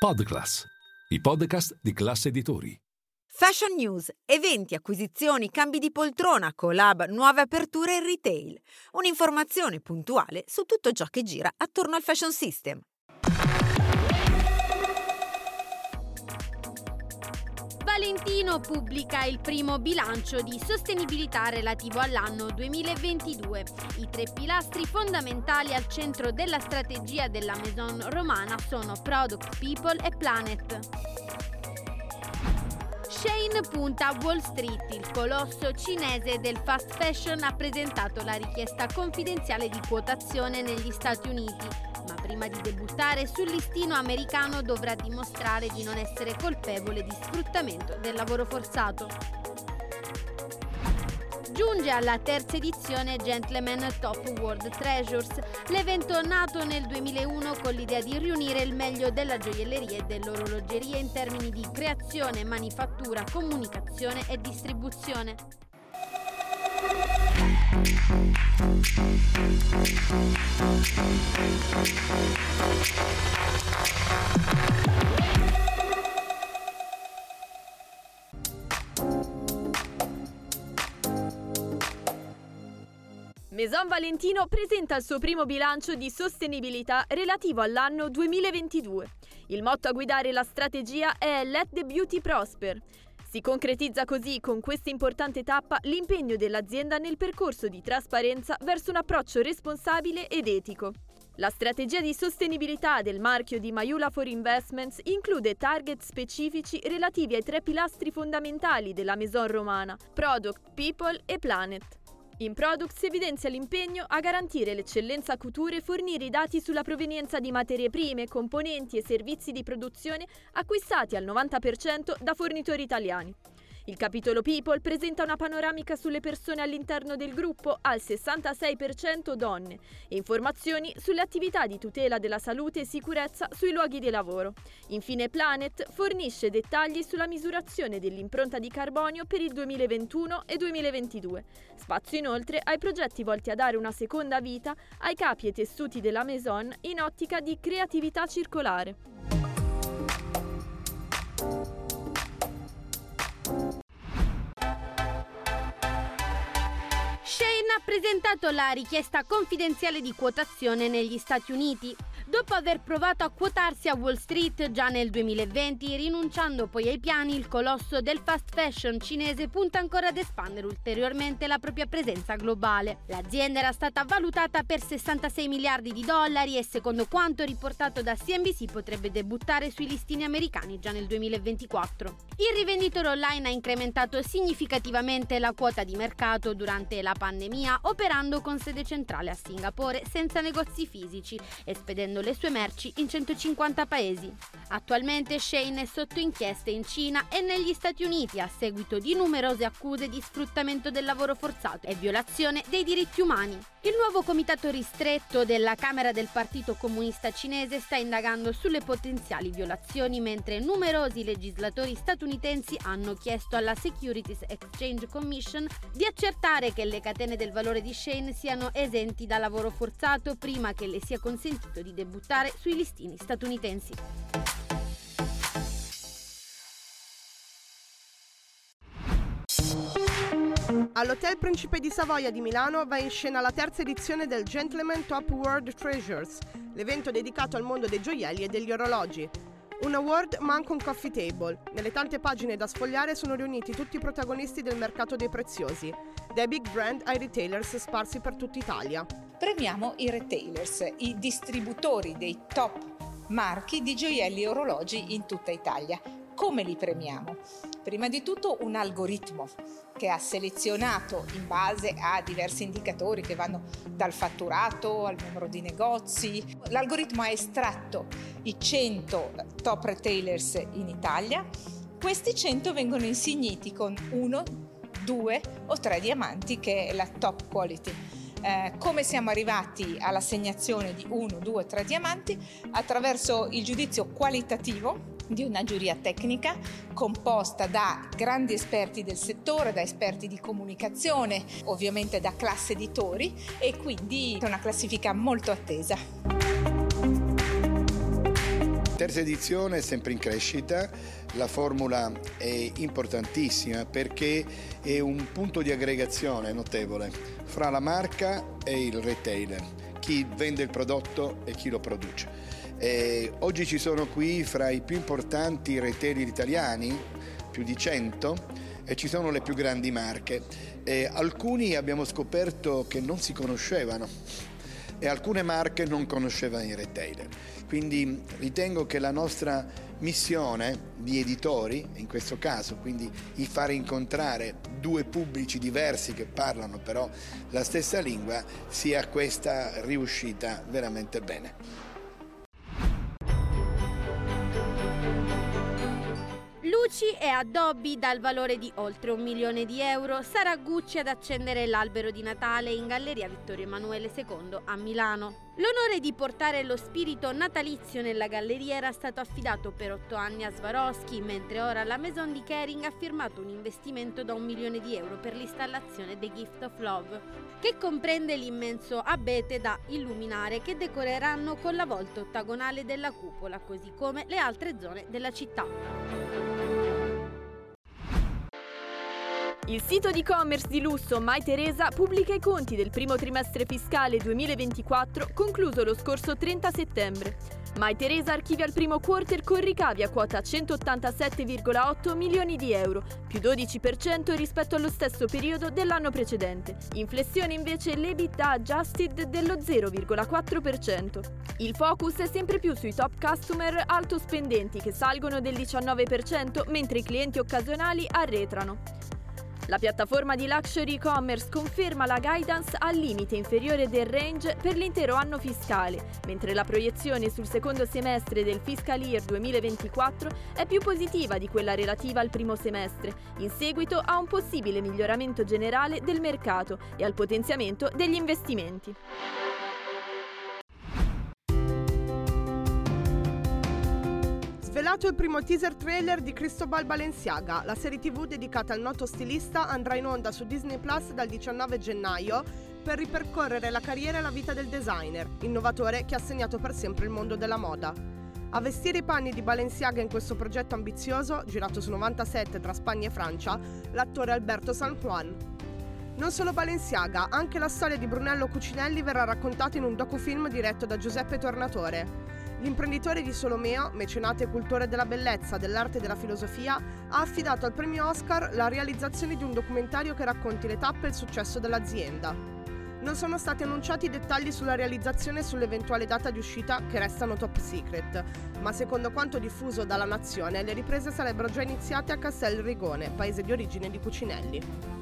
Podclass, i podcast di Class Editori. Fashion News, eventi, acquisizioni, cambi di poltrona, collab, nuove aperture in retail. Un'informazione puntuale su tutto ciò che gira attorno al fashion system. Valentino pubblica il primo bilancio di sostenibilità relativo all'anno 2022. I 3 pilastri fondamentali al centro della strategia della Maison romana sono Product, People e Planet. Shein punta a Wall Street. Il colosso cinese del fast fashion ha presentato la richiesta confidenziale di quotazione negli Stati Uniti, ma prima di debuttare sul listino americano dovrà dimostrare di non essere colpevole di sfruttamento del lavoro forzato. Giunge alla terza edizione Gentleman Top World Treasures, l'evento nato nel 2001 con l'idea di riunire il meglio della gioielleria e dell'orologeria in termini di creazione, manifattura, comunicazione e distribuzione. Maison Valentino presenta il suo primo bilancio di sostenibilità relativo all'anno 2022. Il motto a guidare la strategia è Let the Beauty Prosper. Si concretizza così con questa importante tappa l'impegno dell'azienda nel percorso di trasparenza verso un approccio responsabile ed etico. La strategia di sostenibilità del marchio di Mayhoola for Investments include target specifici relativi ai 3 pilastri fondamentali della Maison romana: Product, People e Planet. In Product si evidenzia l'impegno a garantire l'eccellenza couture e fornire i dati sulla provenienza di materie prime, componenti e servizi di produzione acquistati al 90% da fornitori italiani. Il capitolo People presenta una panoramica sulle persone all'interno del gruppo, al 66% donne, e informazioni sulle attività di tutela della salute e sicurezza sui luoghi di lavoro. Infine Planet fornisce dettagli sulla misurazione dell'impronta di carbonio per il 2021 e 2022. Spazio inoltre ai progetti volti a dare una seconda vita ai capi e tessuti della Maison in ottica di creatività circolare. Shein ha presentato la richiesta confidenziale di quotazione negli Stati Uniti. Dopo aver provato a quotarsi a Wall Street già nel 2020, rinunciando poi ai piani, il colosso del fast fashion cinese punta ancora ad espandere ulteriormente la propria presenza globale. L'azienda era stata valutata per 66 miliardi di dollari e, secondo quanto riportato da CNBC, potrebbe debuttare sui listini americani già nel 2024. Il rivenditore online ha incrementato significativamente la quota di mercato durante la pandemia, operando con sede centrale a Singapore senza negozi fisici e spedendo le sue merci in 150 paesi. Attualmente Shein è sotto inchieste in Cina e negli Stati Uniti a seguito di numerose accuse di sfruttamento del lavoro forzato e violazione dei diritti umani. Il nuovo comitato ristretto della Camera del Partito Comunista Cinese sta indagando sulle potenziali violazioni, mentre numerosi legislatori statunitensi hanno chiesto alla Securities Exchange Commission di accertare che le catene del valore di Shein siano esenti da lavoro forzato prima che le sia consentito di debuttare sui listini statunitensi. All'Hotel Principe di Savoia di Milano va in scena la terza edizione del Gentleman Top World Treasures, l'evento dedicato al mondo dei gioielli e degli orologi. Un award ma anche un coffee table. Nelle tante pagine da sfogliare sono riuniti tutti i protagonisti del mercato dei preziosi, dai big brand ai retailers sparsi per tutta Italia. Premiamo i retailers, i distributori dei top marchi di gioielli e orologi in tutta Italia. Come li premiamo? Prima di tutto un algoritmo che ha selezionato in base a diversi indicatori che vanno dal fatturato al numero di negozi. L'algoritmo ha estratto i 100 top retailers in Italia. Questi 100 vengono insigniti con 1, 2 o 3 diamanti, che è la top quality. Come siamo arrivati all'assegnazione di 1, 2, 3 diamanti? Attraverso il giudizio qualitativo di una giuria tecnica composta da grandi esperti del settore, da esperti di comunicazione, ovviamente da Class Editori, e quindi è una classifica molto attesa. Terza edizione è sempre in crescita, la formula è importantissima perché è un punto di aggregazione notevole fra la marca e il retailer, chi vende il prodotto e chi lo produce. Oggi ci sono qui fra i più importanti retailer italiani, più di 100, e ci sono le più grandi marche. Alcuni abbiamo scoperto che non si conoscevano e alcune marche non conoscevano i retailer. Quindi ritengo che la nostra missione di editori, in questo caso, quindi di fare incontrare due pubblici diversi che parlano però la stessa lingua, sia questa riuscita veramente bene. Luci e addobbi dal valore di oltre 1 milione di euro. Sarà Gucci ad accendere l'albero di Natale in Galleria Vittorio Emanuele II a Milano. L'onore di portare lo spirito natalizio nella galleria era stato affidato per 8 anni a Swarovski, mentre ora la Maison di Kering ha firmato un investimento da 1 milione di euro per l'installazione The Gift of Love, che comprende l'immenso abete da illuminare che decoreranno con la volta ottagonale della cupola, così come le altre zone della città. Il sito di e-commerce di lusso Mytheresa pubblica i conti del primo trimestre fiscale 2024 concluso lo scorso 30 settembre. Mytheresa archivia il primo quarter con ricavi a quota 187,8 milioni di euro, più 12% rispetto allo stesso periodo dell'anno precedente. In flessione invece l'EBITDA adjusted dello 0,4%. Il focus è sempre più sui top customer alto spendenti che salgono del 19%, mentre i clienti occasionali arretrano. La piattaforma di luxury e-commerce conferma la guidance al limite inferiore del range per l'intero anno fiscale, mentre la proiezione sul secondo semestre del fiscal year 2024 è più positiva di quella relativa al primo semestre, in seguito a un possibile miglioramento generale del mercato e al potenziamento degli investimenti. Svelato il primo teaser trailer di Cristobal Balenciaga, la serie TV dedicata al noto stilista andrà in onda su Disney Plus dal 19 gennaio per ripercorrere la carriera e la vita del designer, innovatore che ha segnato per sempre il mondo della moda. A vestire i panni di Balenciaga in questo progetto ambizioso, girato su 97 tra Spagna e Francia, l'attore Alberto San Juan. Non solo Balenciaga, anche la storia di Brunello Cucinelli verrà raccontata in un docufilm diretto da Giuseppe Tornatore. L'imprenditore di Solomeo, mecenate e cultore della bellezza, dell'arte e della filosofia, ha affidato al premio Oscar la realizzazione di un documentario che racconti le tappe e il successo dell'azienda. Non sono stati annunciati dettagli sulla realizzazione e sull'eventuale data di uscita, che restano top secret, ma secondo quanto diffuso dalla Nazione, le riprese sarebbero già iniziate a Castel Rigone, paese di origine di Cucinelli.